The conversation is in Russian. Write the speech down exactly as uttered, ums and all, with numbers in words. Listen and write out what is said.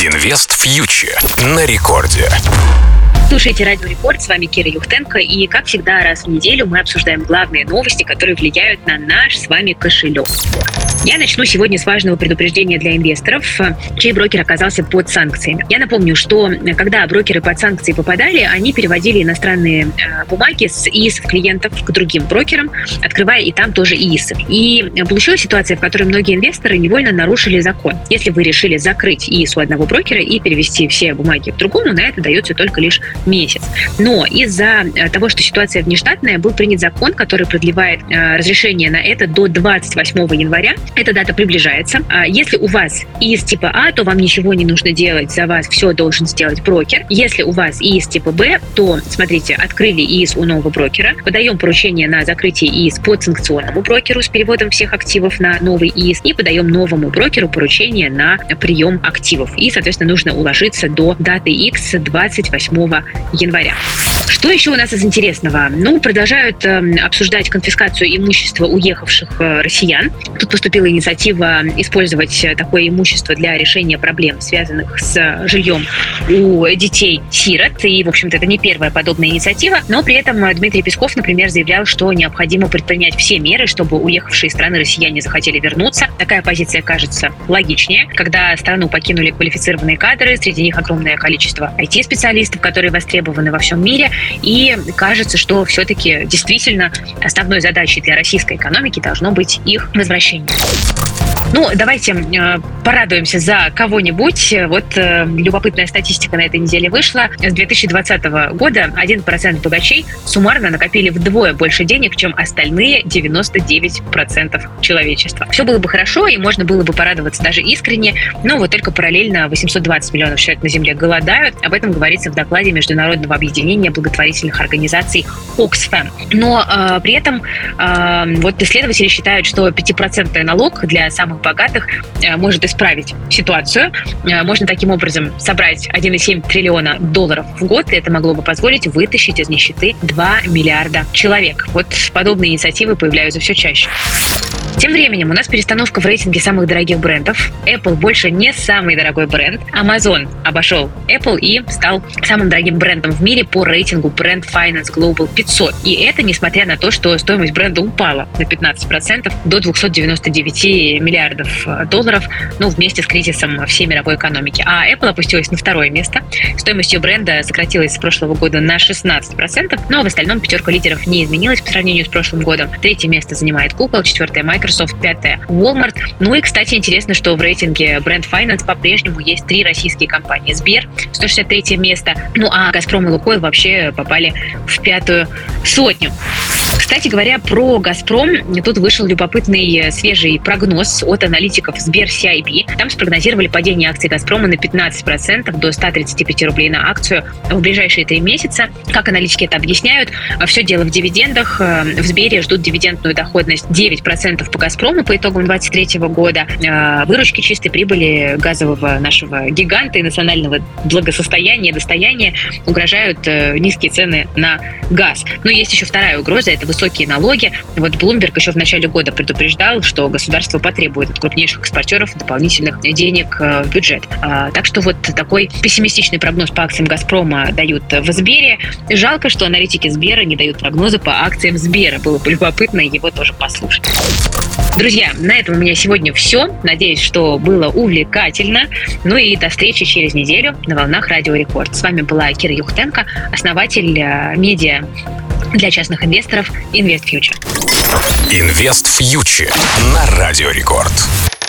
Инвест Фьючер на рекорде. Слушайте Радио Рекорд, с вами Кира Юхтенко, и, как всегда, раз в неделю мы обсуждаем главные новости, которые влияют на наш с вами кошелек. Я начну сегодня с важного предупреждения для инвесторов, чей брокер оказался под санкциями. Я напомню, что когда брокеры под санкции попадали, они переводили иностранные бумаги с ИИС клиентов к другим брокерам, открывая и там тоже ИИСы. И получилась ситуация, в которой многие инвесторы невольно нарушили закон. Если вы решили закрыть ИИС у одного брокера и перевести все бумаги к другому, на это дается только лишь месяц. Но из-за того, что ситуация внештатная, был принят закон, который продлевает э, разрешение на это до двадцать восьмого января. Эта дата приближается. А если у вас ИИС типа А, то вам ничего не нужно делать, за вас все должен сделать брокер. Если у вас ИИС типа Б, то, смотрите, открыли ИИС у нового брокера, подаем поручение на закрытие ИИС по санкционному брокеру с переводом всех активов на новый ИИС и подаем новому брокеру поручение на прием активов. И, соответственно, нужно уложиться до даты X двадцать восьмого января. Что еще у нас из интересного? Ну, продолжают э, обсуждать конфискацию имущества уехавших э, россиян. Тут поступила инициатива использовать такое имущество для решения проблем, связанных с жильем у детей-сирот. И, в общем-то, это не первая подобная инициатива. Но при этом Дмитрий Песков, например, заявлял, что необходимо предпринять все меры, чтобы уехавшие из страны россияне захотели вернуться. Такая позиция кажется логичнее. Когда страну покинули квалифицированные кадры, среди них огромное количество ай ти-специалистов, которые востребованы во всем мире. И кажется, что все-таки действительно основной задачей для российской экономики должно быть их возвращение. Ну, давайте э, порадуемся за кого-нибудь. Вот э, любопытная статистика на этой неделе вышла. С две тысячи двадцатого года один процент богачей суммарно накопили вдвое больше денег, чем остальные девяносто девять процентов человечества. Все было бы хорошо, и можно было бы порадоваться даже искренне, но вот только параллельно восемьсот двадцать миллионов человек на Земле голодают. Об этом говорится в докладе Международного объединения благотворительных организаций Оксфэм. Но э, при этом э, вот исследователи считают, что пятипроцентный налог для самых богатых э, может исправить ситуацию. Э, можно таким образом собрать один и семь триллиона долларов в год, и это могло бы позволить вытащить из нищеты два миллиарда человек. Вот подобные инициативы появляются все чаще. Тем временем у нас перестановка в рейтинге самых дорогих брендов. Apple больше не самый дорогой бренд. Amazon обошел Apple и стал самым дорогим брендом в мире по рейтингу Brand Finance Global пятьсот. И это несмотря на то, что стоимость бренда упала на пятнадцать процентов до двухсот девяноста девяти миллиардов долларов, ну, вместе с кризисом всей мировой экономики. А Apple опустилась на второе место. Стоимость ее бренда сократилась с прошлого года на шестнадцать процентов, но в остальном пятерка лидеров не изменилась по сравнению с прошлым годом. Третье место занимает Google, четвертое Microsoft, пятое Walmart. Ну и, кстати, интересно, что в рейтинге Brand Finance по-прежнему есть три российские компании. Сбер, сто шестьдесят третье место, ну а Газпром и Лукойл вообще попали в пятую сотню. Кстати говоря, про «Газпром» тут вышел любопытный свежий прогноз от аналитиков Сбер си ай би. Там спрогнозировали падение акций «Газпрома» на пятнадцать процентов до ста тридцати пяти рублей на акцию в ближайшие три месяца. Как аналитики это объясняют? Все дело в дивидендах. В Сбере ждут дивидендную доходность девять процентов по «Газпрому» по итогам двадцать третьего года. Выручки чистой прибыли газового нашего гиганта и национального благосостояния, достояния угрожают низкие цены на газ. Но есть еще вторая угроза – это высокие налоги. Вот Bloomberg еще в начале года предупреждал, что государство потребует от крупнейших экспортеров дополнительных денег в бюджет. Так что вот такой пессимистичный прогноз по акциям «Газпрома» дают в Сбере. Жалко, что аналитики Сбера не дают прогнозы по акциям Сбера. Было бы любопытно его тоже послушать. Друзья, на этом у меня сегодня все. Надеюсь, что было увлекательно. Ну и до встречи через неделю на волнах Радио Рекорд. С вами была Кира Юхтенко, основатель э, медиа для частных инвесторов Инвест Фьючер. Инвест Фьючер на Радио Рекорд.